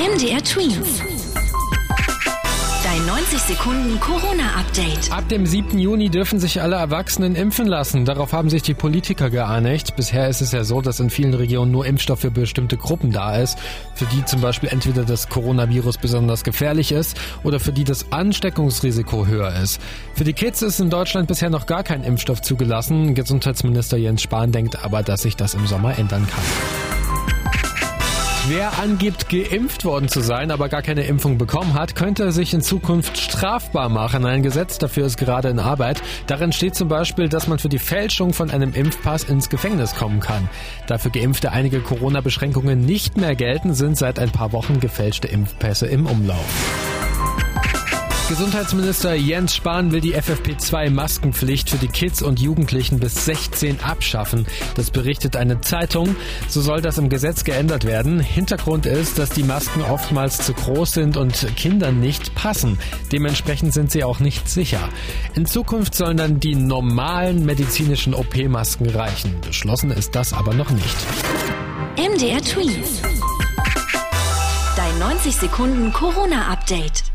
MDR Twins. Dein 90 Sekunden Corona-Update. Ab dem 7. Juni dürfen sich alle Erwachsenen impfen lassen. Darauf haben sich die Politiker geeinigt. Bisher ist es ja so, dass in vielen Regionen nur Impfstoff für bestimmte Gruppen da ist, für die zum Beispiel entweder das Coronavirus besonders gefährlich ist oder für die das Ansteckungsrisiko höher ist. Für die Kids ist in Deutschland bisher noch gar kein Impfstoff zugelassen. Gesundheitsminister Jens Spahn denkt aber, dass sich das im Sommer ändern kann. Wer angibt, geimpft worden zu sein, aber gar keine Impfung bekommen hat, könnte sich in Zukunft strafbar machen. Ein Gesetz dafür ist gerade in Arbeit. Darin steht zum Beispiel, dass man für die Fälschung von einem Impfpass ins Gefängnis kommen kann. Da für Geimpfte einige Corona-Beschränkungen nicht mehr gelten, sind seit ein paar Wochen gefälschte Impfpässe im Umlauf. Gesundheitsminister Jens Spahn will die FFP2-Maskenpflicht für die Kids und Jugendlichen bis 16 abschaffen. Das berichtet eine Zeitung. So soll das im Gesetz geändert werden. Hintergrund ist, dass die Masken oftmals zu groß sind und Kindern nicht passen. Dementsprechend sind sie auch nicht sicher. In Zukunft sollen dann die normalen medizinischen OP-Masken reichen. Beschlossen ist das aber noch nicht. MDR Twins. Dein 90 Sekunden Corona-Update.